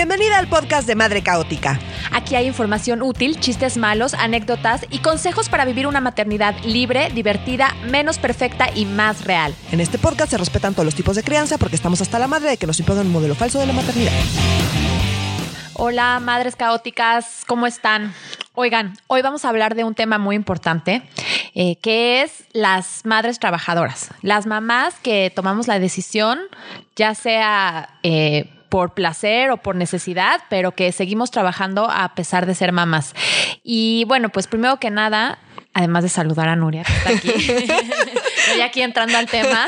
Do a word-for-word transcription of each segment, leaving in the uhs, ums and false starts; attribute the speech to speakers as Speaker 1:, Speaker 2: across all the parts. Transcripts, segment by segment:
Speaker 1: Bienvenida al podcast de Madre Caótica.
Speaker 2: Aquí hay información útil, chistes malos, anécdotas y consejos para vivir una maternidad libre, divertida, menos perfecta y más real.
Speaker 1: En este podcast se respetan todos los tipos de crianza porque estamos hasta la madre de que nos impongan un modelo falso de la maternidad.
Speaker 2: Hola, madres caóticas, ¿cómo están? Oigan, hoy vamos a hablar de un tema muy importante, eh, que es las madres trabajadoras. Las mamás que tomamos la decisión, ya sea eh, por placer o por necesidad, pero que seguimos trabajando a pesar de ser mamás. Y bueno, pues primero que nada, además de saludar a Nuria, que está aquí, estoy aquí entrando al tema.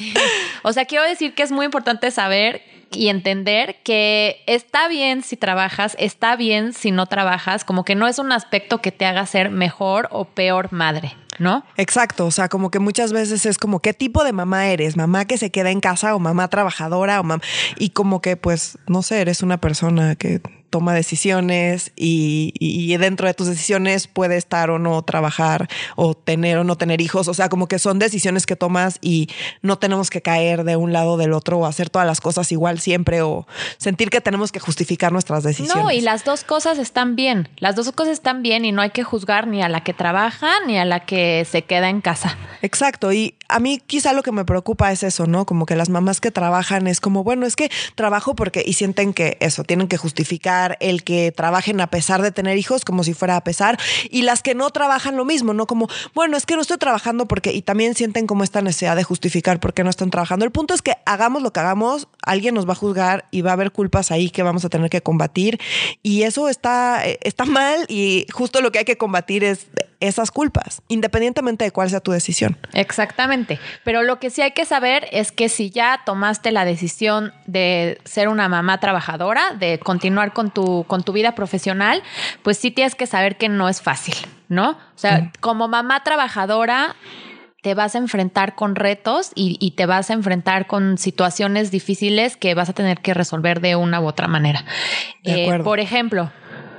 Speaker 2: O sea, quiero decir que es muy importante saber y entender que está bien si trabajas, está bien si no trabajas, como que no es un aspecto que te haga ser mejor o peor madre, ¿no?
Speaker 1: Exacto, o sea, como que muchas veces es como ¿qué tipo de mamá eres? ¿Mamá que se queda en casa o mamá trabajadora? O mam- y como que pues, no sé, eres una persona que toma decisiones y, y dentro de tus decisiones puede estar o no trabajar o tener o no tener hijos. O sea, como que son decisiones que tomas y no tenemos que caer de un lado o del otro o hacer todas las cosas igual siempre o sentir que tenemos que justificar nuestras decisiones.
Speaker 2: No, y las dos cosas están bien. Las dos cosas están bien y no hay que juzgar ni a la que trabaja ni a la que se queda en casa.
Speaker 1: Exacto. Y a mí quizá lo que me preocupa es eso, ¿no? Como que las mamás que trabajan es como, bueno, es que trabajo porque y sienten que eso, tienen que justificar el que trabajen a pesar de tener hijos como si fuera a pesar, y las que no trabajan lo mismo, ¿no? Como, bueno, es que no estoy trabajando porque, y también sienten como esta necesidad de justificar por qué no están trabajando. El punto es que hagamos lo que hagamos, alguien nos va a juzgar y va a haber culpas ahí que vamos a tener que combatir, y eso está, está mal, y justo lo que hay que combatir es esas culpas, independientemente de cuál sea tu decisión.
Speaker 2: Exactamente. Pero lo que sí hay que saber es que si ya tomaste la decisión de ser una mamá trabajadora, de continuar con tu, con tu vida profesional, pues sí tienes que saber que no es fácil, ¿no? O sea, mm. como mamá trabajadora te vas a enfrentar con retos y, y te vas a enfrentar con situaciones difíciles que vas a tener que resolver de una u otra manera.
Speaker 1: De acuerdo.
Speaker 2: Eh, por ejemplo,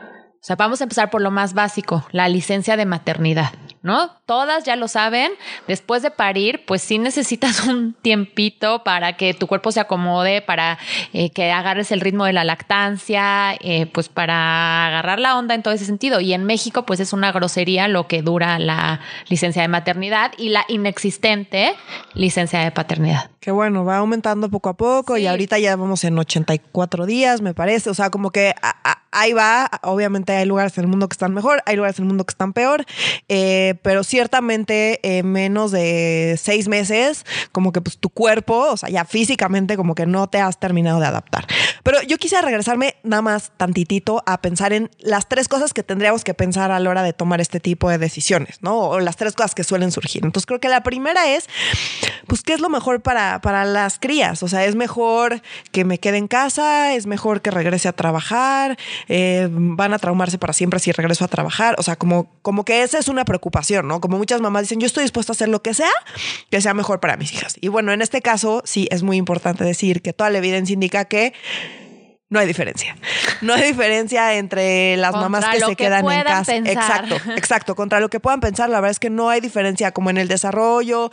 Speaker 2: o sea, vamos a empezar por lo más básico, la licencia de maternidad, ¿no? Todas ya lo saben, después de parir, pues sí necesitas un tiempito para que tu cuerpo se acomode, para eh, que agarres el ritmo de la lactancia, eh, pues para agarrar la onda en todo ese sentido. Y en México, pues es una grosería lo que dura la licencia de maternidad y la inexistente licencia de paternidad.
Speaker 1: Que bueno, va aumentando poco a poco, sí. Y ahorita ya vamos en ochenta y cuatro días, me parece. O sea, como que a, a, ahí va. Obviamente hay lugares en el mundo que están mejor, hay lugares en el mundo que están peor, eh, pero ciertamente en eh, menos de seis meses, como que pues tu cuerpo, o sea, ya físicamente como que no te has terminado de adaptar. Pero yo quisiera regresarme nada más tantitito a pensar en las tres cosas que tendríamos que pensar a la hora de tomar este tipo de decisiones, ¿no? O las tres cosas que suelen surgir. Entonces creo que la primera es, pues, ¿qué es lo mejor para, para las crías? O sea, ¿es mejor que me quede en casa? ¿Es mejor que regrese a trabajar? Eh, ¿Van a traumarse para siempre si regreso a trabajar? O sea, como, como que esa es una preocupación, ¿no? Como muchas mamás dicen, yo estoy dispuesta a hacer lo que sea que sea mejor para mis hijas. Y bueno, en este caso sí es muy importante decir que toda la evidencia indica que no hay diferencia. No hay diferencia entre las contra mamás que se que quedan en casa.
Speaker 2: Pensar.
Speaker 1: Exacto, exacto. Contra lo que puedan pensar, la verdad es que no hay diferencia como en el desarrollo,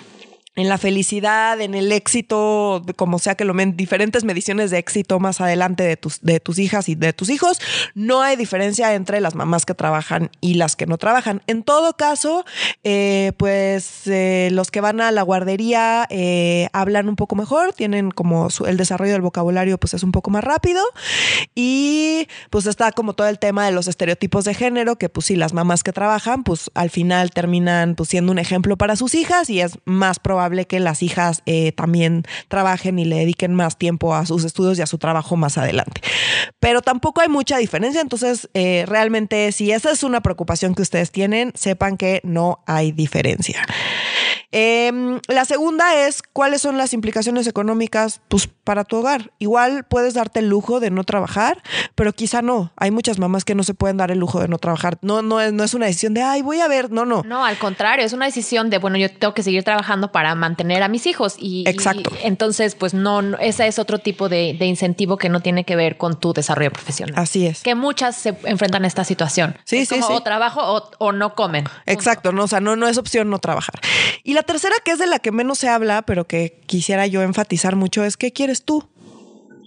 Speaker 1: en la felicidad, en el éxito, como sea que lo ven, diferentes mediciones de éxito más adelante de tus, de tus hijas y de tus hijos. No hay diferencia entre las mamás que trabajan y las que no trabajan. En todo caso, eh, pues eh, los que van a la guardería eh, hablan un poco mejor, tienen como su, el desarrollo del vocabulario pues es un poco más rápido, y pues está como todo el tema de los estereotipos de género, que pues sí, las mamás que trabajan pues al final terminan pues siendo un ejemplo para sus hijas, y es más probable que las hijas eh, también trabajen y le dediquen más tiempo a sus estudios y a su trabajo más adelante. Pero tampoco hay mucha diferencia, entonces eh, realmente si esa es una preocupación que ustedes tienen, sepan que no hay diferencia. Eh, la segunda es cuáles son las implicaciones económicas pues, para tu hogar. Igual puedes darte el lujo de no trabajar, pero quizá no. Hay muchas mamás que no se pueden dar el lujo de no trabajar. No, no, es, no es una decisión de, ay, voy a ver, no, no.
Speaker 2: No, al contrario, es una decisión de, bueno, yo tengo que seguir trabajando para mantener a mis hijos. Y,
Speaker 1: Exacto.
Speaker 2: Y entonces, pues no, no, ese es otro tipo de, de incentivo que no tiene que ver con tu desarrollo profesional.
Speaker 1: Así es.
Speaker 2: Que muchas se enfrentan a esta situación.
Speaker 1: Sí,
Speaker 2: es
Speaker 1: sí,
Speaker 2: como
Speaker 1: sí.
Speaker 2: O trabajo o, o no comen.
Speaker 1: Exacto, no, o sea, no, no es opción no trabajar. Y la tercera, que es de la que menos se habla, pero que quisiera yo enfatizar mucho, es ¿qué quieres tú?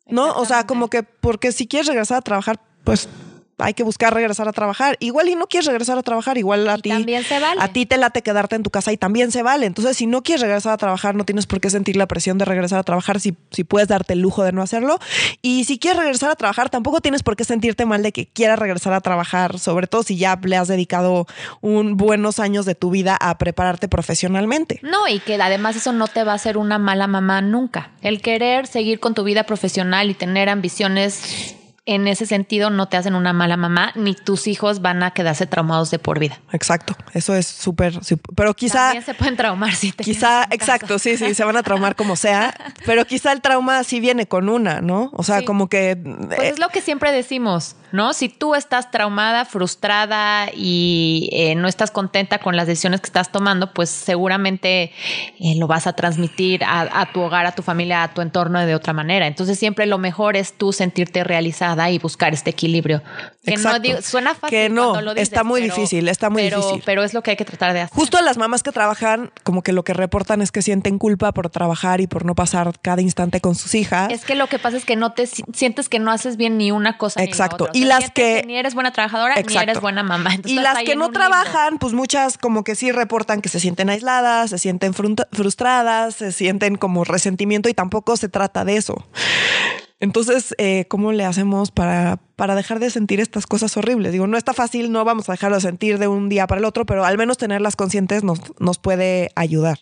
Speaker 1: ¿no? O sea, como que porque si quieres regresar a trabajar, pues hay que buscar regresar a trabajar. Igual y no quieres regresar a trabajar, igual a
Speaker 2: y
Speaker 1: ti
Speaker 2: también se vale.
Speaker 1: A ti te late quedarte en tu casa y también se vale. Entonces, si no quieres regresar a trabajar, no tienes por qué sentir la presión de regresar a trabajar si, si puedes darte el lujo de no hacerlo. Y si quieres regresar a trabajar, tampoco tienes por qué sentirte mal de que quieras regresar a trabajar, sobre todo si ya le has dedicado un buenos años de tu vida a prepararte profesionalmente.
Speaker 2: No, y que además eso no te va a hacer una mala mamá nunca. El querer seguir con tu vida profesional y tener ambiciones en ese sentido no te hacen una mala mamá, ni tus hijos van a quedarse traumados de por vida.
Speaker 1: Exacto, eso es súper, pero quizá...
Speaker 2: También se pueden traumar si te
Speaker 1: Quizá, exacto, sí, sí, se van a traumar como sea, pero quizá el trauma sí viene con una, ¿no? O sea, sí. como que...
Speaker 2: Pues eh, es lo que siempre decimos, ¿no? Si tú estás traumada, frustrada y eh, no estás contenta con las decisiones que estás tomando, pues seguramente eh, lo vas a transmitir a, a tu hogar, a tu familia, a tu entorno de otra manera. Entonces siempre lo mejor es tú sentirte realizada y buscar este equilibrio. Que
Speaker 1: Exacto.
Speaker 2: no digo, suena fácil
Speaker 1: que no,
Speaker 2: cuando lo dices,
Speaker 1: está muy
Speaker 2: pero,
Speaker 1: difícil, está muy
Speaker 2: pero,
Speaker 1: difícil.
Speaker 2: Pero es lo que hay que tratar de hacer.
Speaker 1: Justo las mamás que trabajan, como que lo que reportan es que sienten culpa por trabajar y por no pasar cada instante con sus hijas.
Speaker 2: Es que lo que pasa es que no te sientes que no haces bien ni una cosa
Speaker 1: Exacto.
Speaker 2: ni la otra. O sea,
Speaker 1: y las que,
Speaker 2: que ni eres buena trabajadora
Speaker 1: exacto.
Speaker 2: ni eres buena mamá. Entonces,
Speaker 1: y las que no trabajan, limbo. Pues muchas como que sí reportan que se sienten aisladas, se sienten frustradas, se sienten como resentimiento y tampoco se trata de eso. Entonces, eh, ¿cómo le hacemos para, para dejar de sentir estas cosas horribles? Digo, no está fácil, no vamos a dejarlo de sentir de un día para el otro, pero al menos tenerlas conscientes nos, nos puede ayudar.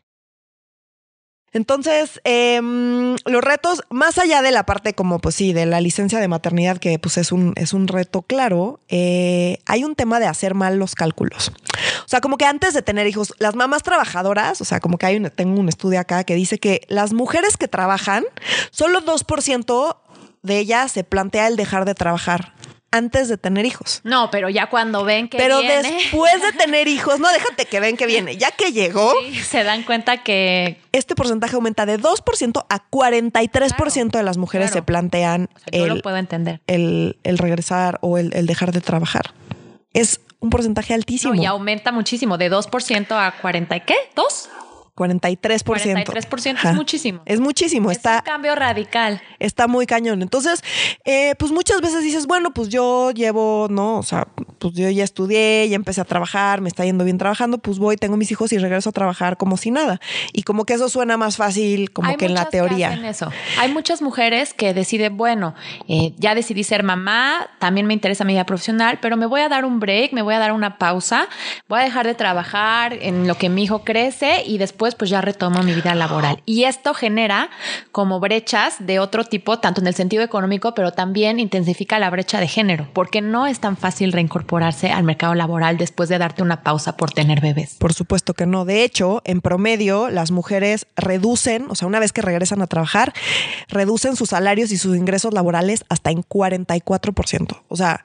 Speaker 1: Entonces, eh, los retos, más allá de la parte como, pues sí, de la licencia de maternidad, que pues es un, es un reto claro, eh, hay un tema de hacer mal los cálculos. O sea, como que antes de tener hijos, las mamás trabajadoras, o sea, como que hay un, tengo un estudio acá que dice que las mujeres que trabajan, solo dos por ciento de ellas se plantea el dejar de trabajar antes de tener hijos.
Speaker 2: No, pero ya cuando ven que
Speaker 1: pero
Speaker 2: viene...
Speaker 1: Pero después de tener hijos, no, déjate que ven que viene. Ya que llegó...
Speaker 2: Sí, se dan cuenta que...
Speaker 1: Este porcentaje aumenta de dos por ciento a cuarenta y tres por ciento claro, de las mujeres claro. se plantean
Speaker 2: o sea, yo
Speaker 1: el,
Speaker 2: lo puedo entender.
Speaker 1: El, el regresar o el, el dejar de trabajar. Es un porcentaje altísimo.
Speaker 2: No, y aumenta muchísimo, de dos por ciento a cuarenta y ¿qué? ¿dos?
Speaker 1: cuarenta y tres por ciento.
Speaker 2: cuarenta y tres por ciento es muchísimo.
Speaker 1: Es muchísimo.
Speaker 2: Es
Speaker 1: está,
Speaker 2: un cambio radical.
Speaker 1: Está muy cañón. Entonces, eh, pues muchas veces dices, bueno, pues yo llevo, ¿no? O sea, pues yo ya estudié, ya empecé a trabajar, me está yendo bien trabajando, pues voy, tengo mis hijos y regreso a trabajar como si nada. Y como que eso suena más fácil como
Speaker 2: Hay
Speaker 1: que en la teoría.
Speaker 2: Que hacen eso. Hay muchas mujeres que deciden, bueno, eh, ya decidí ser mamá, también me interesa mi vida profesional, pero me voy a dar un break, me voy a dar una pausa, voy a dejar de trabajar en lo que mi hijo crece y después pues ya retomo mi vida laboral. Y esto genera como brechas de otro tipo, tanto en el sentido económico, pero también intensifica la brecha de género, porque no es tan fácil reincorporarse al mercado laboral después de darte una pausa por tener bebés.
Speaker 1: Por supuesto que no. De hecho, en promedio, las mujeres reducen, o sea, una vez que regresan a trabajar, reducen sus salarios y sus ingresos laborales hasta en cuarenta y cuatro por ciento. O sea,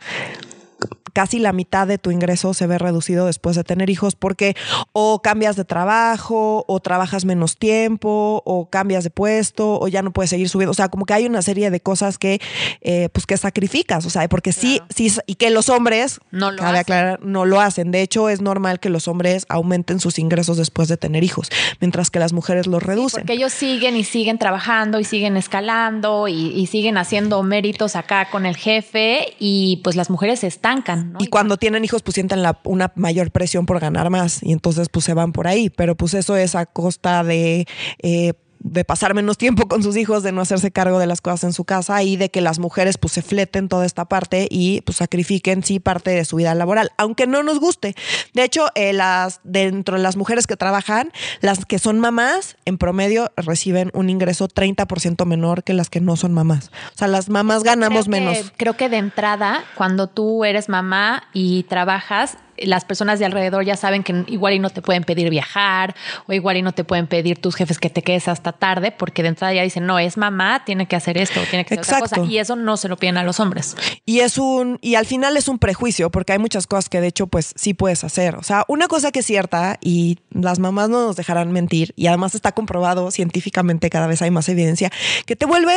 Speaker 1: casi la mitad de tu ingreso se ve reducido después de tener hijos porque o cambias de trabajo o trabajas menos tiempo o cambias de puesto o ya no puedes seguir subiendo. O sea, como que hay una serie de cosas que eh, pues que sacrificas. O sea, porque claro. sí, sí, y que los hombres,
Speaker 2: no lo
Speaker 1: cabe
Speaker 2: hacen.
Speaker 1: aclarar, no lo hacen. De hecho, es normal que los hombres aumenten sus ingresos después de tener hijos, mientras que las mujeres los reducen.
Speaker 2: Sí, porque ellos siguen y siguen trabajando y siguen escalando y, y siguen haciendo méritos acá con el jefe y pues las mujeres se estancan. ¿no?
Speaker 1: Y cuando tienen hijos, pues sienten la, una mayor presión por ganar más y entonces pues se van por ahí. Pero pues eso es a costa de... Eh, de pasar menos tiempo con sus hijos, de no hacerse cargo de las cosas en su casa y de que las mujeres pues se fleten toda esta parte y pues sacrifiquen sí parte de su vida laboral, aunque no nos guste. De hecho, eh, las dentro de las mujeres que trabajan, las que son mamás en promedio reciben un ingreso treinta por ciento menor que las que no son mamás. O sea, las mamás ganamos
Speaker 2: creo que,
Speaker 1: menos.
Speaker 2: Creo que de entrada, cuando tú eres mamá y trabajas, las personas de alrededor ya saben que igual y no te pueden pedir viajar o igual y no te pueden pedir tus jefes que te quedes hasta tarde porque de entrada ya dicen, no, es mamá, tiene que hacer esto, tiene que hacer
Speaker 1: Exacto.
Speaker 2: otra cosa y eso no se lo piden a los hombres.
Speaker 1: Y es un, y al final es un prejuicio porque hay muchas cosas que de hecho pues sí puedes hacer. O sea, una cosa que es cierta y las mamás no nos dejarán mentir y además está comprobado científicamente, cada vez hay más evidencia, que te vuelves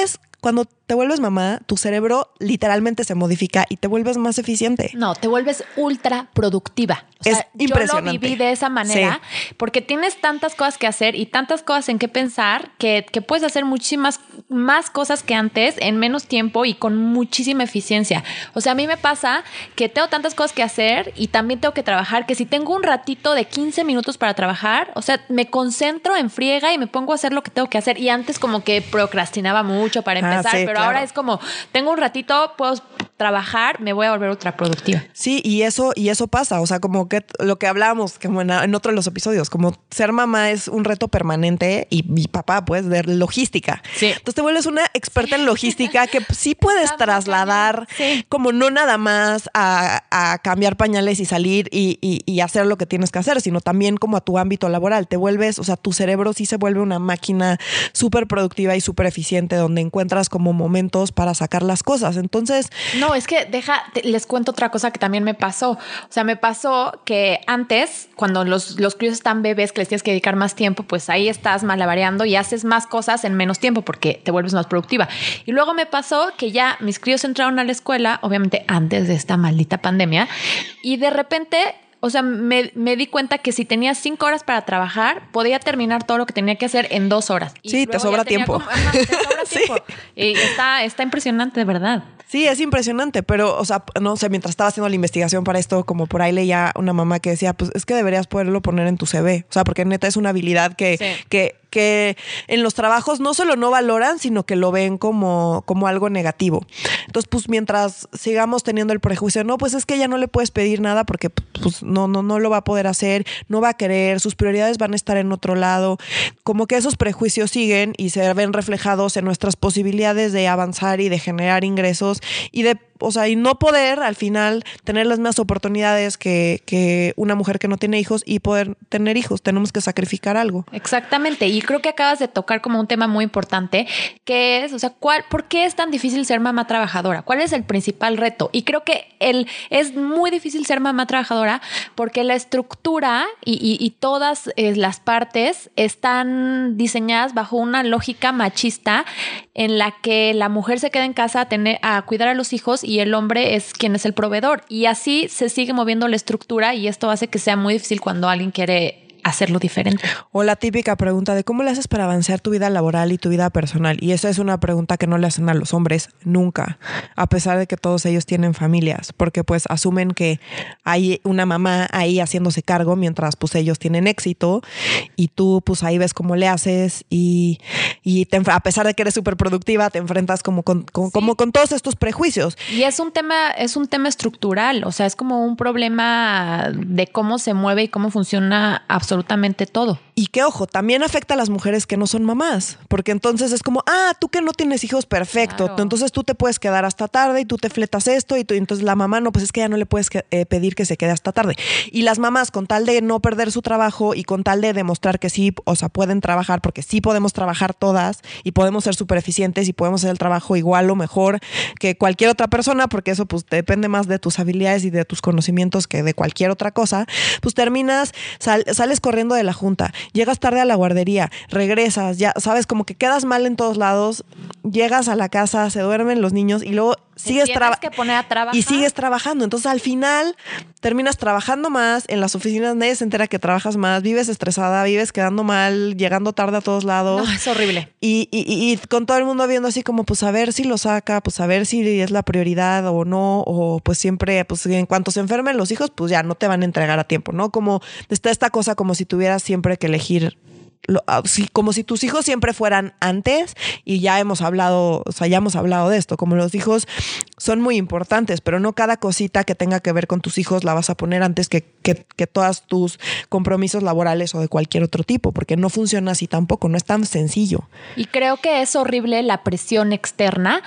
Speaker 1: cuando te vuelves mamá, tu cerebro literalmente se modifica y te vuelves más eficiente.
Speaker 2: No, te vuelves ultra productiva. O sea,
Speaker 1: es impresionante.
Speaker 2: Yo lo viví de esa manera sí. porque tienes tantas cosas que hacer y tantas cosas en qué pensar que, que puedes hacer muchísimas más cosas que antes en menos tiempo y con muchísima eficiencia. O sea, a mí me pasa que tengo tantas cosas que hacer y también tengo que trabajar, que si tengo un ratito de quince minutos para trabajar, o sea, me concentro en friega y me pongo a hacer lo que tengo que hacer. Y antes como que procrastinaba mucho para empezar, ah, sí, pero claro. ahora es como, tengo un ratito, puedo trabajar, me voy a volver ultra productiva.
Speaker 1: Sí, y eso, y eso pasa, o sea, como que lo que hablábamos como en, en otro de los episodios, como ser mamá es un reto permanente y mi papá, pues, de logística.
Speaker 2: Sí.
Speaker 1: Entonces te vuelves una experta en logística que sí puedes Está trasladar sí. como no nada más a, a cambiar pañales y salir y, y, y hacer lo que tienes que hacer, sino también como a tu ámbito laboral. Te vuelves, o sea, tu cerebro sí se vuelve una máquina súper productiva y súper eficiente donde encuentras como momentos para sacar las cosas. Entonces...
Speaker 2: No, es que deja, te, les cuento otra cosa que también me pasó. O sea, me pasó que antes, cuando los, los críos están bebés, que les tienes que dedicar más tiempo, pues ahí estás malabareando y haces más cosas en menos tiempo porque te vuelves más productiva. Y luego me pasó que ya mis críos entraron a la escuela, obviamente antes de esta maldita pandemia, y de repente... O sea, me, me di cuenta que si tenía cinco horas para trabajar, podía terminar todo lo que tenía que hacer en dos horas. Y
Speaker 1: sí, te sobra tiempo.
Speaker 2: Como, ajá, te sobra sí. tiempo. Y está, está impresionante, de verdad.
Speaker 1: Sí, es impresionante, pero, o sea, no sé, mientras estaba haciendo la investigación para esto, como por ahí leía una mamá que decía, pues es que deberías poderlo poner en tu C V. O sea, porque neta es una habilidad que, sí. que, que en los trabajos no solo no valoran, sino que lo ven como, como algo negativo. Entonces, pues mientras sigamos teniendo el prejuicio, no, pues es que ella no le puedes pedir nada porque pues no, no, no lo va a poder hacer, no va a querer, sus prioridades van a estar en otro lado. Como que esos prejuicios siguen y se ven reflejados en nuestras posibilidades de avanzar y de generar ingresos y de, o sea, y no poder al final tener las mismas oportunidades que, que una mujer que no tiene hijos y poder tener hijos. Tenemos que sacrificar algo.
Speaker 2: Exactamente. Y creo que acabas de tocar como un tema muy importante, que es, o sea, ¿cuál, ¿por qué es tan difícil ser mamá trabajadora? ¿Cuál es el principal reto? Y creo que el, es muy difícil ser mamá trabajadora porque la estructura y, y, y todas eh, las partes están diseñadas bajo una lógica machista en la que la mujer se queda en casa a, tener, a cuidar a los hijos y el hombre es quien es el proveedor. Y así se sigue moviendo la estructura y esto hace que sea muy difícil cuando alguien quiere hacerlo diferente.
Speaker 1: O la típica pregunta de cómo le haces para avanzar tu vida laboral y tu vida personal. Y esa es una pregunta que no le hacen a los hombres nunca, a pesar de que todos ellos tienen familias, porque pues asumen que hay una mamá ahí haciéndose cargo mientras pues ellos tienen éxito y tú pues ahí ves cómo le haces y, y te, a pesar de que eres súper productiva, te enfrentas como con, con, sí. como con todos estos prejuicios.
Speaker 2: Y es un tema, es un tema estructural, o sea, es como un problema de cómo se mueve y cómo funciona absolutamente absolutamente todo.
Speaker 1: Y que, ojo, también afecta a las mujeres que no son mamás, porque entonces es como, ah, tú que no tienes hijos, perfecto, claro. Entonces tú te puedes quedar hasta tarde y tú te fletas esto y, tú, y entonces la mamá, no, pues es que ya no le puedes que, eh, pedir que se quede hasta tarde. Y las mamás, con tal de no perder su trabajo y con tal de demostrar que sí, o sea, pueden trabajar, porque sí podemos trabajar todas y podemos ser súper eficientes y podemos hacer el trabajo igual o mejor que cualquier otra persona, porque eso pues depende más de tus habilidades y de tus conocimientos que de cualquier otra cosa, pues terminas, sal, sales corriendo de la junta, llegas tarde a la guardería, regresas, ya sabes, como que quedas mal en todos lados, llegas a la casa, se duermen los niños y luego sigues trabajando y sigues trabajando. Entonces al final terminas trabajando más en las oficinas, nadie se entera que trabajas más, vives estresada, vives quedando mal, llegando tarde a todos lados.
Speaker 2: No, es horrible.
Speaker 1: Y, y, y con todo el mundo viendo así como pues a ver si lo saca, pues a ver si es la prioridad o no, o pues siempre, pues en cuanto se enfermen los hijos, pues ya no te van a entregar a tiempo, ¿no? Como está esta cosa como si tuvieras siempre que elegir Lo, como si tus hijos siempre fueran antes, y ya hemos hablado, o sea, ya hemos hablado de esto, como los hijos son muy importantes, pero no cada cosita que tenga que ver con tus hijos la vas a poner antes que, que, que todos tus compromisos laborales o de cualquier otro tipo, porque no funciona así tampoco, no es tan sencillo.
Speaker 2: Y creo que es horrible la presión externa,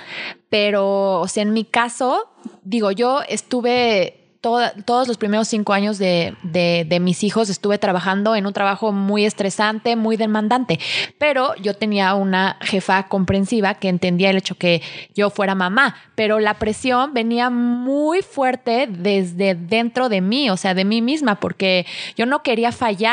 Speaker 2: pero, o sea, en mi caso, digo, yo estuve... Todo, todos los primeros cinco años de, de, de mis hijos estuve trabajando en un trabajo muy estresante, muy demandante, pero yo tenía una jefa comprensiva que entendía el hecho que yo fuera mamá, pero la presión venía muy fuerte desde dentro de mí, o sea, de mí misma, porque yo no quería fallar.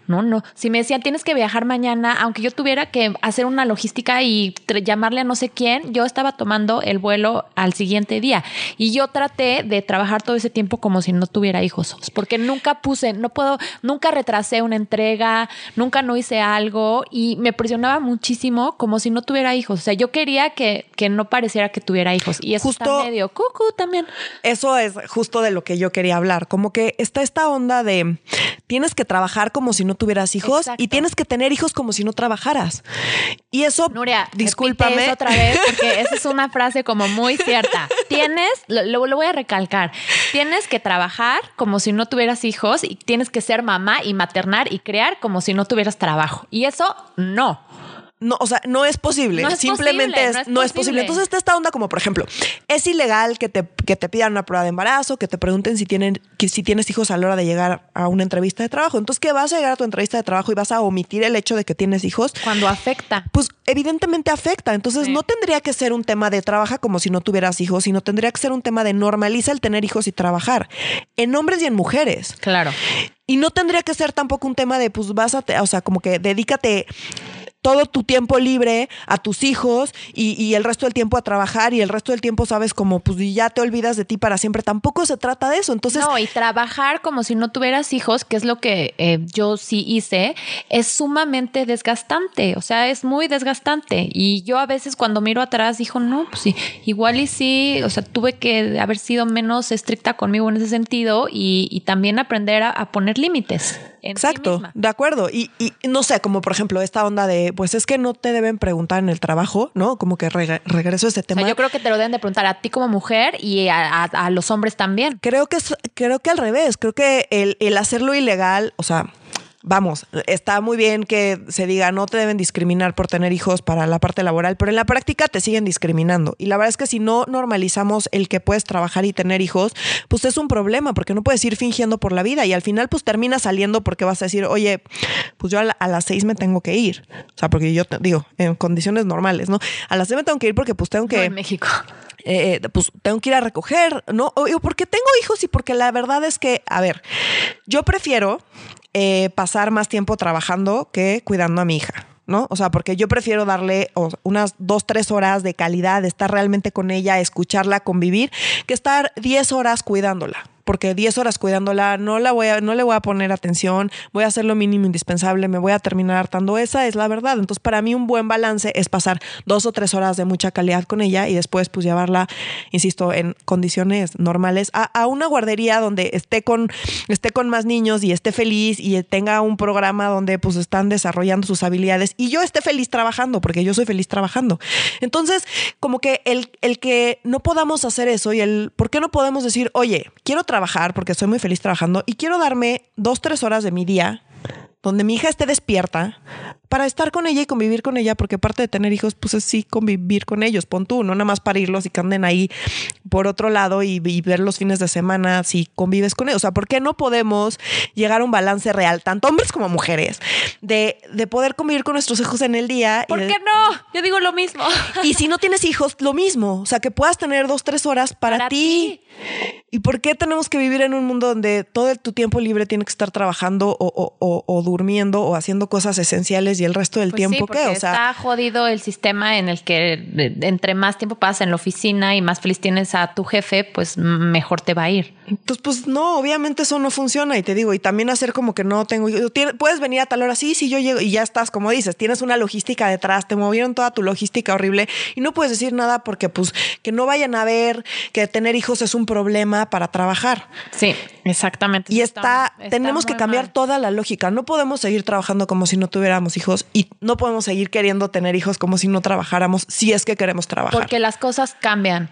Speaker 2: No, no. Si me decían, tienes que viajar mañana, aunque yo tuviera que hacer una logística y tre- llamarle a no sé quién, yo estaba tomando el vuelo al siguiente día. Y yo traté de trabajar todo ese tiempo como si no tuviera hijos. Porque nunca puse, no puedo, nunca retrasé una entrega, nunca no hice algo y me presionaba muchísimo como si no tuviera hijos. O sea, yo quería que, que no pareciera que tuviera hijos. Y eso
Speaker 1: Justo,
Speaker 2: está medio cucú también.
Speaker 1: Eso es justo de lo que yo quería hablar. Como que está esta onda de tienes que trabajar como si no tuvieras hijos. Exacto. Y tienes que tener hijos como si no trabajaras. Y eso,
Speaker 2: Nuria,
Speaker 1: discúlpame.
Speaker 2: Eso otra vez, porque esa es una frase como muy cierta. Tienes, lo, lo voy a recalcar, tienes que trabajar como si no tuvieras hijos y tienes que ser mamá y maternar y criar como si no tuvieras trabajo. Y eso no.
Speaker 1: No, o sea, no es posible.
Speaker 2: No es
Speaker 1: Simplemente
Speaker 2: posible,
Speaker 1: es,
Speaker 2: no es
Speaker 1: no es
Speaker 2: posible.
Speaker 1: posible. Entonces está esta onda como, por ejemplo, es ilegal que te, que te pidan una prueba de embarazo, que te pregunten si, tienen, que si tienes hijos a la hora de llegar a una entrevista de trabajo. Entonces, ¿qué vas a llegar a tu entrevista de trabajo y vas a omitir el hecho de que tienes hijos?
Speaker 2: Cuando afecta.
Speaker 1: Pues evidentemente afecta. Entonces
Speaker 2: Sí.
Speaker 1: no tendría que ser un tema de trabaja como si no tuvieras hijos, sino tendría que ser un tema de normaliza el tener hijos y trabajar en hombres y en mujeres.
Speaker 2: Claro.
Speaker 1: Y no tendría que ser tampoco un tema de pues vas a, te, o sea, como que dedícate todo tu tiempo libre a tus hijos y, y el resto del tiempo a trabajar y el resto del tiempo sabes como pues ya te olvidas de ti para siempre. Tampoco se trata de eso. Entonces,
Speaker 2: no, y trabajar como si no tuvieras hijos, que es lo que eh, yo sí hice, es sumamente desgastante. O sea, es muy desgastante. Y yo a veces cuando miro atrás digo, no, pues sí, igual y sí, o sea, tuve que haber sido menos estricta conmigo en ese sentido y, y también aprender a, a poner límites.
Speaker 1: Exacto, de acuerdo. Y, y no sé, como por ejemplo esta onda de, pues es que no te deben preguntar en el trabajo, ¿no? Como que reg- regreso a ese tema.
Speaker 2: O sea, yo creo que te lo deben de preguntar a ti como mujer y a, a, a los hombres también.
Speaker 1: Creo que, es, creo que al revés, creo que el, el hacerlo ilegal, o sea... Vamos, está muy bien que se diga no te deben discriminar por tener hijos para la parte laboral, pero en la práctica te siguen discriminando. Y la verdad es que si no normalizamos el que puedes trabajar y tener hijos, pues es un problema porque no puedes ir fingiendo por la vida y al final pues termina saliendo porque vas a decir, oye, pues yo a, la, a las seis me tengo que ir. O sea, porque yo te, digo, en condiciones normales, ¿no? A las seis me tengo que ir porque pues tengo que...
Speaker 2: No, en México.
Speaker 1: Eh, pues tengo que ir a recoger, ¿no? O, o porque tengo hijos y porque la verdad es que, a ver, yo prefiero eh, pasar más tiempo trabajando que cuidando a mi hija, ¿no? O sea, porque yo prefiero darle o, unas dos, tres horas de calidad, de estar realmente con ella, escucharla, convivir, que estar diez horas cuidándola. Porque diez horas cuidándola no la voy a, no le voy a poner atención, voy a hacer lo mínimo indispensable, me voy a terminar hartando. Esa es la verdad. Entonces, para mí un buen balance es pasar dos o tres horas de mucha calidad con ella y después pues llevarla, insisto, en condiciones normales a, a una guardería donde esté con, esté con más niños y esté feliz y tenga un programa donde pues están desarrollando sus habilidades y yo esté feliz trabajando, porque yo soy feliz trabajando. Entonces, como que el, el que no podamos hacer eso y el por qué no podemos decir, oye, quiero trabajar trabajar porque soy muy feliz trabajando y quiero darme dos, tres horas de mi día donde mi hija esté despierta para estar con ella y convivir con ella, porque parte de tener hijos, pues es sí convivir con ellos, pon tú, no nada más parirlos y que anden ahí por otro lado y, y ver los fines de semana si convives con ellos. O sea, ¿por qué no podemos llegar a un balance real, tanto hombres como mujeres, de, de poder convivir con nuestros hijos en el día?
Speaker 2: ¿Por
Speaker 1: y de,
Speaker 2: qué no? Yo digo lo mismo.
Speaker 1: Y si no tienes hijos, lo mismo. O sea, que puedas tener dos, tres horas para,
Speaker 2: Para
Speaker 1: ti.
Speaker 2: ti.
Speaker 1: ¿Y por qué tenemos que vivir en un mundo donde todo tu tiempo libre tiene que estar trabajando o, o, o, o durmiendo o haciendo cosas esenciales y el resto del
Speaker 2: Pues
Speaker 1: tiempo
Speaker 2: sí, porque
Speaker 1: qué? O sea,
Speaker 2: está jodido el sistema en el que entre más tiempo pasas en la oficina y más feliz tienes a tu jefe, pues mejor te va a ir.
Speaker 1: Entonces, pues no, obviamente eso no funciona y te digo, y también hacer como que no tengo, puedes venir a tal hora, sí, sí, yo llego y ya estás, como dices, tienes una logística detrás, te movieron toda tu logística horrible y no puedes decir nada porque pues que no vayan a ver que tener hijos es un problema para trabajar.
Speaker 2: Sí, exactamente.
Speaker 1: Y está,
Speaker 2: está,
Speaker 1: tenemos
Speaker 2: está
Speaker 1: que cambiar
Speaker 2: mal.
Speaker 1: toda la lógica. No podemos seguir trabajando como si no tuviéramos hijos y no podemos seguir queriendo tener hijos como si no trabajáramos, si es que queremos trabajar.
Speaker 2: Porque las cosas cambian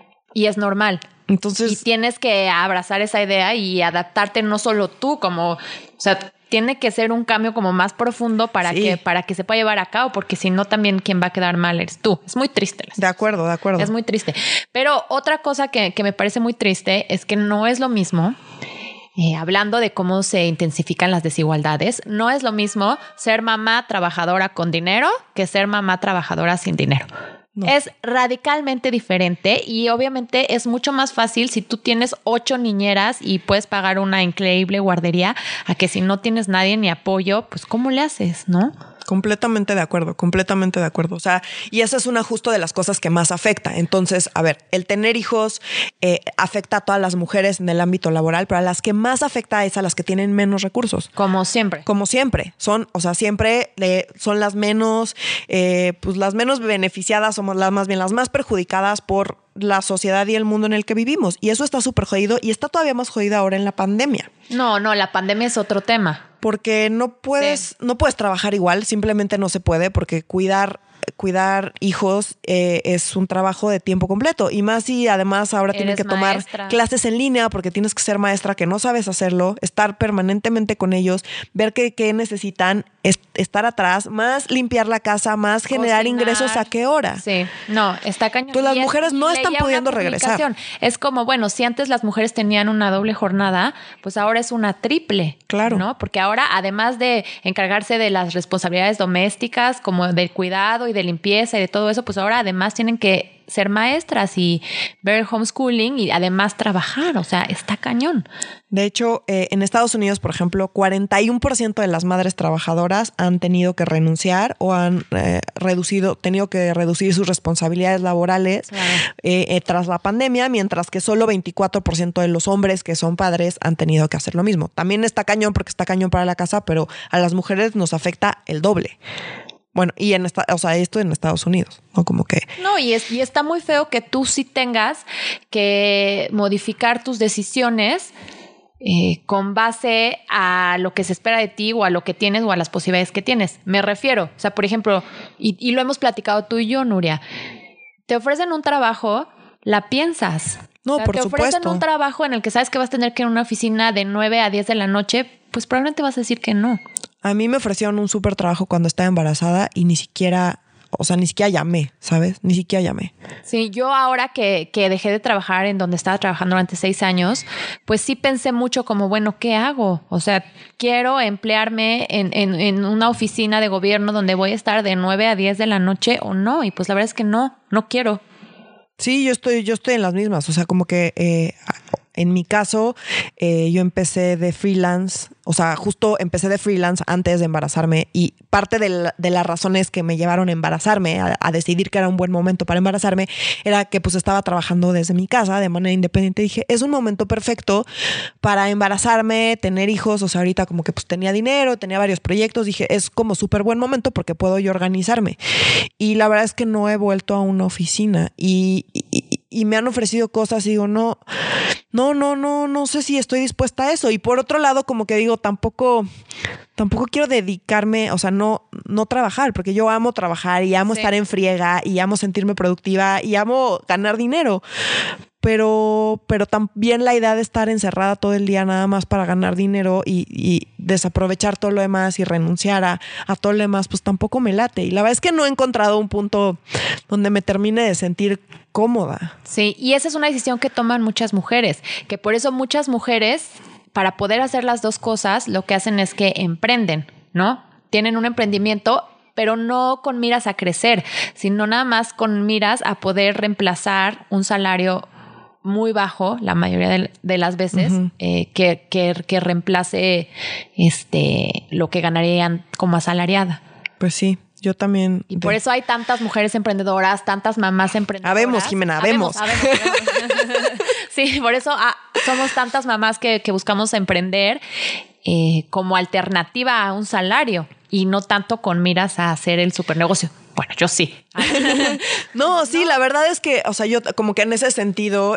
Speaker 2: y es normal.
Speaker 1: Entonces,
Speaker 2: y tienes que abrazar esa idea y adaptarte no solo tú, como, o sea, tiene que ser un cambio como más profundo para
Speaker 1: sí.
Speaker 2: que para que se pueda llevar a cabo, porque si no también quien va a quedar mal eres tú. Es muy triste.
Speaker 1: De acuerdo, de acuerdo.
Speaker 2: Es muy triste. Pero otra cosa que, que me parece muy triste es que no es lo mismo. Eh, hablando de cómo se intensifican las desigualdades, no es lo mismo ser mamá trabajadora con dinero que ser mamá trabajadora sin dinero. No. Es radicalmente diferente y obviamente es mucho más fácil si tú tienes ocho niñeras y puedes pagar una increíble guardería a que si no tienes nadie ni apoyo, pues ¿cómo le haces, no?
Speaker 1: Completamente de acuerdo, completamente de acuerdo. O sea, y esa es una justo de las cosas que más afecta. Entonces, a ver, el tener hijos eh, afecta a todas las mujeres en el ámbito laboral, pero a las que más afecta es a las que tienen menos recursos.
Speaker 2: Como siempre.
Speaker 1: Como siempre. Son, o sea, siempre eh, son las menos, eh, pues las menos beneficiadas, somos las más bien las más perjudicadas por la sociedad y el mundo en el que vivimos. Y eso está súper jodido y está todavía más jodido ahora en la pandemia.
Speaker 2: No, no, la pandemia es otro tema.
Speaker 1: Porque no puedes, sí. no puedes trabajar igual, simplemente no se puede, porque cuidar, cuidar hijos eh, es un trabajo de tiempo completo. Y más si además ahora tienen que tomar maestra. clases en línea, porque tienes que ser maestra, que no sabes hacerlo, estar permanentemente con ellos, ver qué, qué necesitan, es, estar atrás, más limpiar la casa, más generar Cocinar. ingresos a qué hora.
Speaker 2: Sí, no, está cañón.
Speaker 1: Entonces las y mujeres es, no están pudiendo regresar.
Speaker 2: Es como, bueno, si antes las mujeres tenían una doble jornada, pues ahora es una triple.
Speaker 1: Claro.
Speaker 2: ¿No? Porque ahora, además de encargarse de las responsabilidades domésticas, como del cuidado y de limpieza y de todo eso, pues ahora además tienen que ser maestras y ver homeschooling y además trabajar. O sea, está cañón.
Speaker 1: De hecho, eh, en Estados Unidos, por ejemplo, cuarenta y uno por ciento de las madres trabajadoras han tenido que renunciar o han eh, reducido, tenido que reducir sus responsabilidades laborales claro. eh, eh, tras la pandemia, mientras que solo veinticuatro por ciento de los hombres que son padres han tenido que hacer lo mismo. También está cañón porque está cañón para la casa, pero a las mujeres nos afecta el doble. Bueno, y en esta, o sea, esto en Estados Unidos, ¿no? Como que...
Speaker 2: No, y, es, y está muy feo que tú sí tengas que modificar tus decisiones eh, con base a lo que se espera de ti o a lo que tienes o a las posibilidades que tienes. Me refiero, o sea, por ejemplo, y, y lo hemos platicado tú y yo, Nuria, te ofrecen un trabajo, la piensas.
Speaker 1: No,
Speaker 2: o sea,
Speaker 1: por
Speaker 2: te
Speaker 1: supuesto.
Speaker 2: ofrecen un trabajo en el que sabes que vas a tener que ir a una oficina de nueve a diez de la noche, pues probablemente vas a decir que no.
Speaker 1: A mí me ofrecieron un súper trabajo cuando estaba embarazada y ni siquiera, o sea, ni siquiera llamé, ¿sabes? Ni siquiera llamé.
Speaker 2: Sí, yo ahora que, que dejé de trabajar en donde estaba trabajando durante seis años, pues sí pensé mucho como, bueno, ¿qué hago? O sea, quiero emplearme en, en, en una oficina de gobierno donde voy a estar de nueve a diez de la noche o no. Y pues la verdad es que no, no quiero.
Speaker 1: Sí, yo estoy, yo estoy en las mismas. O sea, como que eh, en mi caso, eh, yo empecé de freelance. O sea, justo empecé de freelance antes de embarazarme y parte de, la, de las razones que me llevaron a embarazarme, a, a decidir que era un buen momento para embarazarme, era que pues estaba trabajando desde mi casa de manera independiente. Dije, es un momento perfecto para embarazarme, tener hijos. O sea, ahorita como que pues tenía dinero, tenía varios proyectos. Dije, es como súper buen momento porque puedo yo organizarme. Y la verdad es que no he vuelto a una oficina y, y, y me han ofrecido cosas y digo, no, no, no, no, no sé si estoy dispuesta a eso. Y por otro lado, como que digo, tampoco, tampoco quiero dedicarme, o sea, no, no trabajar, porque yo amo trabajar y amo sí. estar en friega y amo sentirme productiva y amo ganar dinero. Pero, pero también la idea de estar encerrada todo el día nada más para ganar dinero y, y desaprovechar todo lo demás y renunciar a, a todo lo demás, pues tampoco me late. Y la verdad es que no he encontrado un punto donde me termine de sentir cómoda.
Speaker 2: Sí, y esa es una decisión que toman muchas mujeres, que por eso muchas mujeres, para poder hacer las dos cosas, lo que hacen es que emprenden, ¿no? Tienen un emprendimiento, pero no con miras a crecer, sino nada más con miras a poder reemplazar un salario muy bajo, la mayoría de, de las veces, uh-huh. eh, que, que, que reemplace este, lo que ganarían como asalariada.
Speaker 1: Pues sí. Yo también.
Speaker 2: Y por eso hay tantas mujeres emprendedoras, tantas mamás emprendedoras.
Speaker 1: Habemos, Jimena, habemos.
Speaker 2: habemos, habemos, habemos. Sí, por eso ah, somos tantas mamás que, que buscamos emprender eh, como alternativa a un salario y no tanto con miras a hacer el supernegocio. Bueno, yo sí.
Speaker 1: No, sí, no. La verdad es que, o sea, yo como que en ese sentido,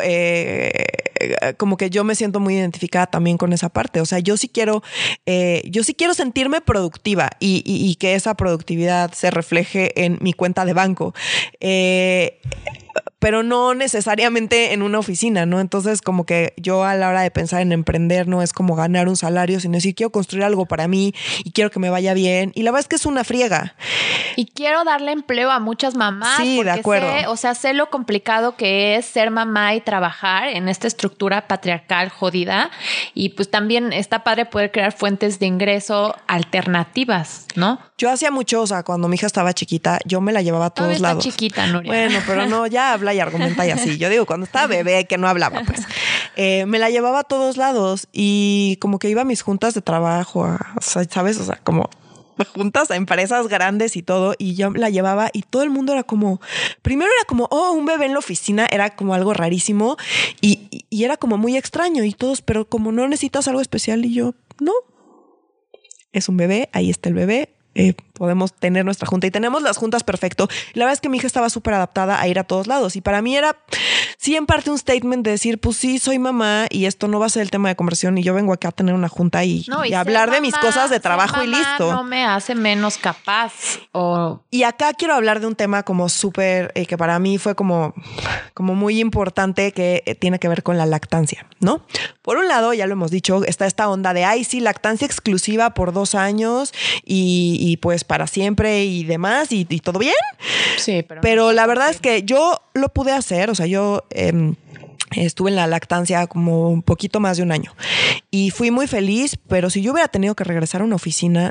Speaker 1: eh, como que yo me siento muy identificada también con esa parte. O sea, yo sí quiero, eh, yo sí quiero sentirme productiva y, y, y que esa productividad se refleje en mi cuenta de banco. Eh, pero no necesariamente en una oficina, ¿no? Entonces, como que yo a la hora de pensar en emprender no es como ganar un salario, sino decir, quiero construir algo para mí y quiero que me vaya bien. Y la verdad es que es una friega.
Speaker 2: Y quiero darle empleo a muchas mamás.
Speaker 1: Sí, de acuerdo.
Speaker 2: Sé, o sea, sé lo complicado que es ser mamá y trabajar en esta estructura patriarcal jodida. Y pues también está padre poder crear fuentes de ingreso alternativas, ¿no?
Speaker 1: Yo hacía mucho, o sea, cuando mi hija estaba chiquita, yo me la llevaba a todos
Speaker 2: Todavía
Speaker 1: lados.
Speaker 2: Está chiquita, Nuria.
Speaker 1: Bueno, pero no, ya habla y argumenta y así. Yo digo, cuando estaba bebé, que no hablaba, pues. Eh, me la llevaba a todos lados y como que iba a mis juntas de trabajo, a, o sea, ¿sabes? O sea, como juntas a empresas grandes y todo, y yo la llevaba y todo el mundo era como, primero era como, oh, un bebé en la oficina, era como algo rarísimo y, y, y era como muy extraño y todos, pero como no necesitas algo especial y yo, no. Es un bebé, ahí está el bebé. Eh, podemos tener nuestra junta y tenemos las juntas perfecto. La verdad es que mi hija estaba súper adaptada a ir a todos lados y para mí era sí en parte un statement de decir, pues sí, soy mamá y esto no va a ser el tema de conversación y yo vengo acá a tener una junta y,
Speaker 2: no, y
Speaker 1: y hablar
Speaker 2: mamá,
Speaker 1: de mis cosas de trabajo y listo.
Speaker 2: No me hace menos capaz. O...
Speaker 1: Y acá quiero hablar de un tema como súper, eh, que para mí fue como, como muy importante que eh, tiene que ver con la lactancia, ¿no? Por un lado, ya lo hemos dicho, está esta onda de, ay, sí, lactancia exclusiva por dos años y, y pues para siempre y demás y, y todo bien.
Speaker 2: Sí, pero...
Speaker 1: Pero
Speaker 2: no
Speaker 1: la verdad es que yo lo pude hacer, o sea, yo... Eh, estuve en la lactancia como un poquito más de un año y fui muy feliz, pero si yo hubiera tenido que regresar a una oficina,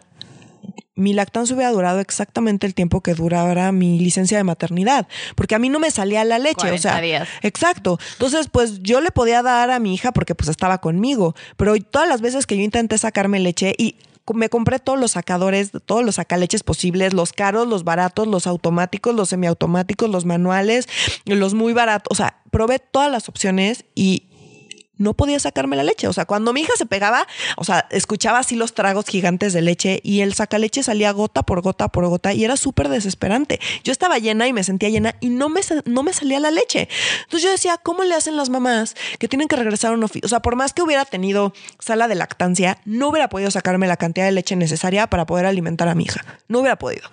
Speaker 1: mi lactancia hubiera durado exactamente el tiempo que durara mi licencia de maternidad, porque a mí no me salía la leche, o sea,
Speaker 2: días.
Speaker 1: Exacto. Entonces, pues yo le podía dar a mi hija porque pues estaba conmigo, pero todas las veces que yo intenté sacarme leche y me compré todos los sacadores, todos los sacaleches posibles, los caros, los baratos, los automáticos, los semiautomáticos, los manuales, los muy baratos. O sea, probé todas las opciones y no podía sacarme la leche. O sea, cuando mi hija se pegaba, o sea, escuchaba así los tragos gigantes de leche y el sacaleche salía gota por gota por gota y era súper desesperante. Yo estaba llena y me sentía llena y no me, no me salía la leche. Entonces yo decía, ¿cómo le hacen las mamás que tienen que regresar a un oficio? O sea, por más que hubiera tenido sala de lactancia, no hubiera podido sacarme la cantidad de leche necesaria para poder alimentar a mi hija. No hubiera podido.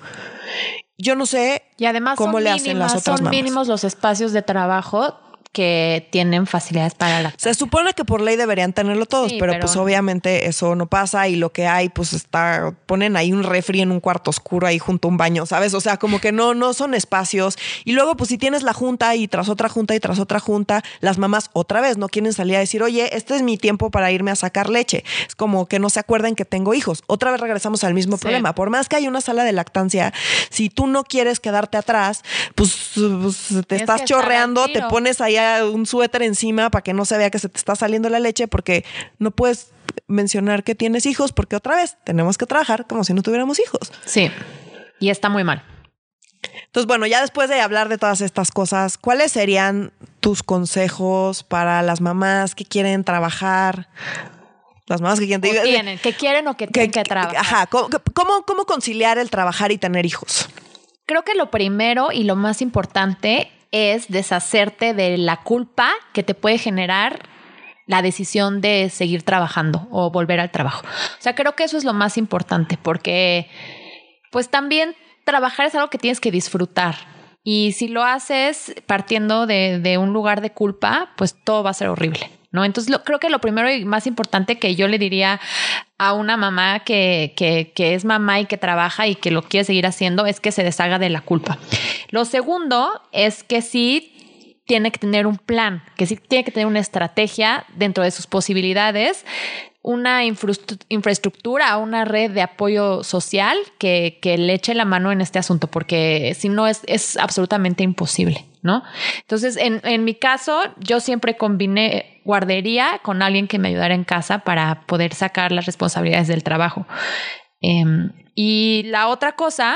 Speaker 1: Yo no sé
Speaker 2: y además
Speaker 1: cómo
Speaker 2: son
Speaker 1: le
Speaker 2: mínimas,
Speaker 1: hacen las otras
Speaker 2: son
Speaker 1: mamás.
Speaker 2: mínimos los espacios de trabajo que tienen facilidades para la lactancia.
Speaker 1: Se supone que por ley deberían tenerlo todos,
Speaker 2: sí,
Speaker 1: pero,
Speaker 2: pero
Speaker 1: pues obviamente eso no pasa y lo que hay pues está, ponen ahí un refri en un cuarto oscuro ahí junto a un baño, ¿sabes? O sea, como que no, no son espacios. Y luego pues si tienes la junta y tras otra junta y tras otra junta, las mamás otra vez no quieren salir a decir, oye, este es mi tiempo para irme a sacar leche. Es como que no se acuerden que tengo hijos. Otra vez regresamos al mismo sí. problema. Por más que hay una sala de lactancia, si tú no quieres quedarte atrás, pues, pues te Tienes estás chorreando, te pones ahí un suéter encima para que no se vea que se te está saliendo la leche porque no puedes mencionar que tienes hijos porque otra vez tenemos que trabajar como si no tuviéramos hijos.
Speaker 2: Sí, y está muy mal.
Speaker 1: Entonces, bueno, ya después de hablar de todas estas cosas, ¿cuáles serían tus consejos para las mamás que quieren trabajar? Las mamás que quieren,
Speaker 2: o tienen, que quieren o que tienen que, que trabajar.
Speaker 1: Ajá, ¿cómo, cómo, ¿cómo conciliar el trabajar y tener hijos?
Speaker 2: Creo que lo primero y lo más importante es deshacerte de la culpa que te puede generar la decisión de seguir trabajando o volver al trabajo. O sea, creo que eso es lo más importante porque pues también trabajar es algo que tienes que disfrutar y si lo haces partiendo de, de un lugar de culpa, pues todo va a ser horrible, ¿no? Entonces lo, creo que lo primero y más importante que yo le diría a una mamá que, que, que es mamá y que trabaja y que lo quiere seguir haciendo es que se deshaga de la culpa. Lo segundo es que sí tiene que tener un plan, que sí tiene que tener una estrategia dentro de sus posibilidades, una infraestructura, una red de apoyo social que, que le eche la mano en este asunto, porque si no es, es absolutamente imposible, ¿no? Entonces, en, en mi caso, yo siempre combiné guardería con alguien que me ayudara en casa para poder sacar las responsabilidades del trabajo. Eh, y la otra cosa,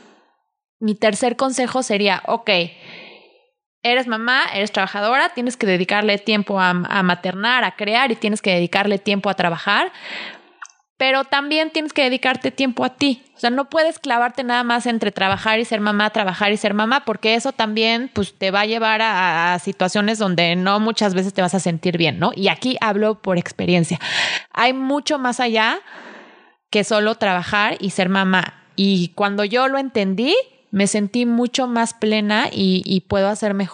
Speaker 2: mi tercer consejo sería, ok, eres mamá, eres trabajadora, tienes que dedicarle tiempo a, a maternar, a crear y tienes que dedicarle tiempo a trabajar, pero también tienes que dedicarte tiempo a ti. O sea, no puedes clavarte nada más entre trabajar y ser mamá, trabajar y ser mamá, porque eso también pues, te va a llevar a, a situaciones donde no muchas veces te vas a sentir bien, ¿no? Y aquí hablo por experiencia. Hay mucho más allá que solo trabajar y ser mamá. Y cuando yo lo entendí, me sentí mucho más plena y, y puedo hacer mejor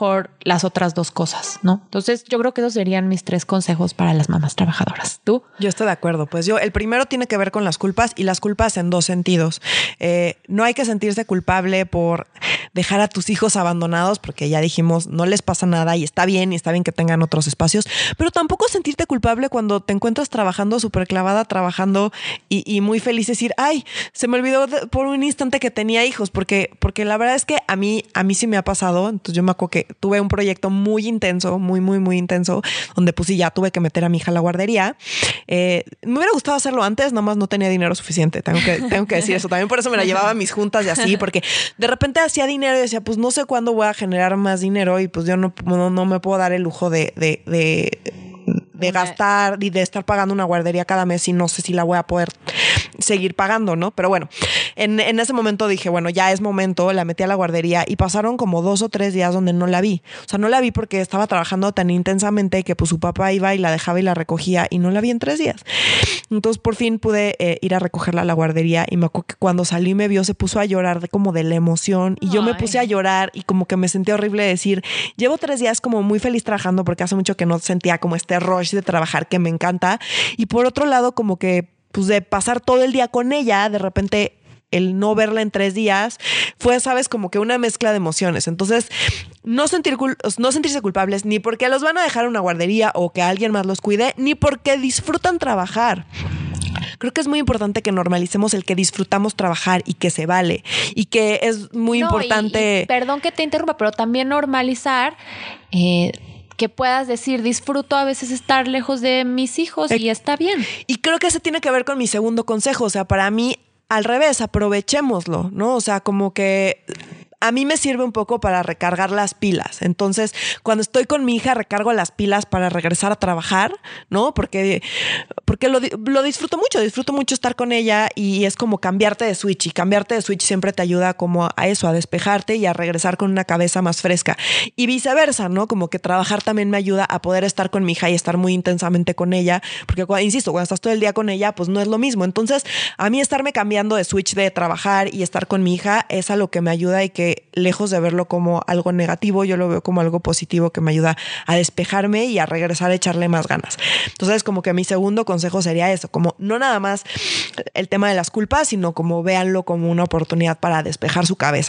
Speaker 2: las otras dos cosas, ¿no? Entonces yo creo que esos serían mis tres consejos para las mamás trabajadoras. ¿Tú?
Speaker 1: Yo estoy de acuerdo. Pues yo, el primero tiene que ver con las culpas y las culpas en dos sentidos. Eh, no hay que sentirse culpable por dejar a tus hijos abandonados, porque ya dijimos, no les pasa nada y está bien, y está bien que tengan otros espacios, pero tampoco sentirte culpable cuando te encuentras trabajando súper clavada, trabajando y, y muy feliz decir, ay, se me olvidó de, por un instante que tenía hijos, porque, porque la verdad es que a mí, a mí sí me ha pasado. Entonces yo me acuerdo que tuve un proyecto muy intenso, muy, muy, muy intenso, donde pues sí, ya tuve que meter a mi hija a la guardería. Eh, me hubiera gustado hacerlo antes, nada más no tenía dinero suficiente. Tengo que, tengo que decir eso. También por eso me la llevaba a mis juntas y así, porque de repente hacía dinero y decía, pues no sé cuándo voy a generar más dinero y pues yo no, no, no me puedo dar el lujo de, de, de, de gastar y de estar pagando una guardería cada mes y no sé si la voy a poder seguir pagando, ¿no? Pero bueno, en, en ese momento dije, bueno, ya es momento, la metí a la guardería y pasaron como dos o tres días donde no la vi. O sea, no la vi porque estaba trabajando tan intensamente que pues su papá iba y la dejaba y la recogía y no la vi en tres días. Entonces por fin pude eh, ir a recogerla a la guardería y me acuerdo que cuando salí me vio, se puso a llorar de como de la emoción y yo Ay. me puse a llorar y como que me sentí horrible de decir, llevo tres días como muy feliz trabajando porque hace mucho que no sentía como este rush de trabajar que me encanta y por otro lado como que pues de pasar todo el día con ella, de repente el no verla en tres días fue, sabes, como que una mezcla de emociones. Entonces, no, sentir, no sentirse culpables ni porque los van a dejar en una guardería o que alguien más los cuide, ni porque disfrutan trabajar. Creo que es muy importante que normalicemos el que disfrutamos trabajar y que se vale y que es muy no, importante.
Speaker 2: Y, y, perdón que te interrumpa, pero también normalizar eh, que puedas decir, disfruto a veces estar lejos de mis hijos eh, y está bien.
Speaker 1: Y creo que ese tiene que ver con mi segundo consejo. O sea, para mí, al revés, aprovechémoslo, ¿no? O sea, como que a mí me sirve un poco para recargar las pilas. Entonces, cuando estoy con mi hija, recargo las pilas para regresar a trabajar, ¿no? Porque, porque lo, lo disfruto mucho, disfruto mucho estar con ella y es como cambiarte de switch. Y cambiarte de switch siempre te ayuda como a eso, a despejarte y a regresar con una cabeza más fresca. Y viceversa, ¿no? Como que trabajar también me ayuda a poder estar con mi hija y estar muy intensamente con ella. Porque, insisto, cuando estás todo el día con ella, pues no es lo mismo. Entonces, a mí estarme cambiando de switch de trabajar y estar con mi hija es a lo que me ayuda y que lejos de verlo como algo negativo, yo lo veo como algo positivo que me ayuda a despejarme y a regresar a echarle más ganas. Entonces, como que mi segundo consejo sería eso, como no nada más el tema de las culpas, sino como véanlo como una oportunidad para despejar su cabeza.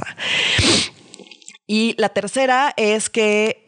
Speaker 1: Y la tercera es que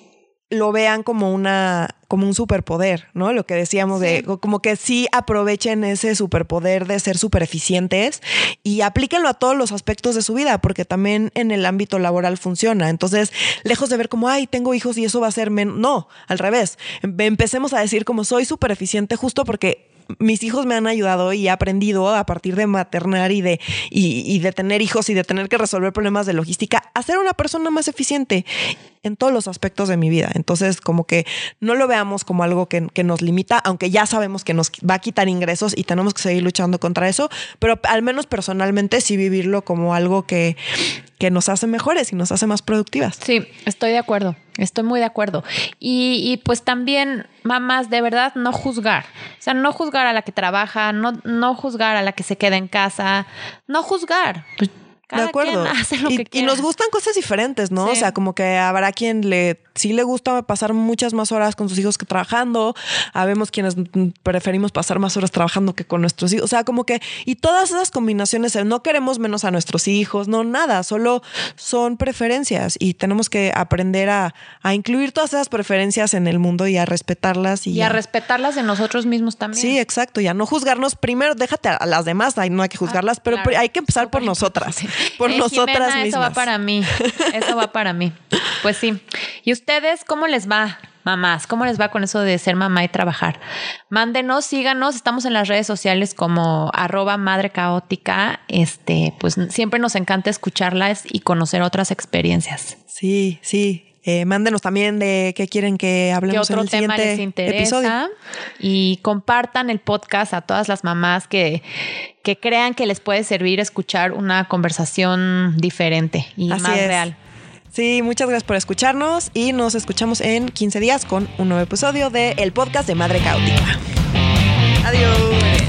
Speaker 1: lo vean como una como un superpoder, ¿no? Lo que decíamos sí. de como que sí aprovechen ese superpoder de ser súper eficientes y aplíquenlo a todos los aspectos de su vida, porque también en el ámbito laboral funciona. Entonces, lejos de ver como, ay, tengo hijos y eso va a ser menos. No, al revés. Empecemos a decir como soy súper eficiente justo porque mis hijos me han ayudado y he aprendido a partir de maternar y de, y, y de tener hijos y de tener que resolver problemas de logística a ser una persona más eficiente en todos los aspectos de mi vida. Entonces, como que no lo veamos como algo que, que nos limita, aunque ya sabemos que nos va a quitar ingresos y tenemos que seguir luchando contra eso, pero al menos personalmente sí vivirlo como algo que, que nos hace mejores y nos hace más productivas.
Speaker 2: Sí, estoy de acuerdo. Estoy muy de acuerdo. Y, y pues también, mamás, de verdad, no juzgar. O sea, no juzgar a la que trabaja, no, no juzgar a la que se queda en casa, no juzgar. Pues, cada
Speaker 1: de acuerdo.
Speaker 2: Quien hace lo
Speaker 1: y,
Speaker 2: que quiera.
Speaker 1: Y nos gustan cosas diferentes, ¿no? Sí. O sea, como que habrá quien le sí le gusta pasar muchas más horas con sus hijos que trabajando. Habemos quienes preferimos pasar más horas trabajando que con nuestros hijos. O sea, como que, y todas esas combinaciones, no queremos menos a nuestros hijos, no, nada, solo son preferencias y tenemos que aprender a, a incluir todas esas preferencias en el mundo y a respetarlas. Y,
Speaker 2: y a, a respetarlas en nosotros mismos también.
Speaker 1: Sí, exacto, y a no juzgarnos primero, déjate a las demás, no hay que juzgarlas, ah, pero claro. hay que empezar Super por nosotras, por eh, nosotras
Speaker 2: Jimena,
Speaker 1: mismas.
Speaker 2: Eso va para mí, eso va para mí. Pues sí. ¿Y ustedes cómo les va, mamás? ¿Cómo les va con eso de ser mamá y trabajar? Mándenos, síganos, estamos en las redes sociales como arroba madre caótica. Este, pues siempre nos encanta escucharlas y conocer otras experiencias.
Speaker 1: Sí, sí. Eh, mándenos también de qué quieren que hablemos
Speaker 2: ¿Qué otro
Speaker 1: en el
Speaker 2: tema
Speaker 1: siguiente
Speaker 2: les interesa?
Speaker 1: Episodio.
Speaker 2: Y compartan el podcast a todas las mamás que, que crean que les puede servir escuchar una conversación diferente y
Speaker 1: Así
Speaker 2: más
Speaker 1: es.
Speaker 2: real.
Speaker 1: Sí, muchas gracias por escucharnos y nos escuchamos en quince días con un nuevo episodio de el podcast de Madre Caótica. Adiós.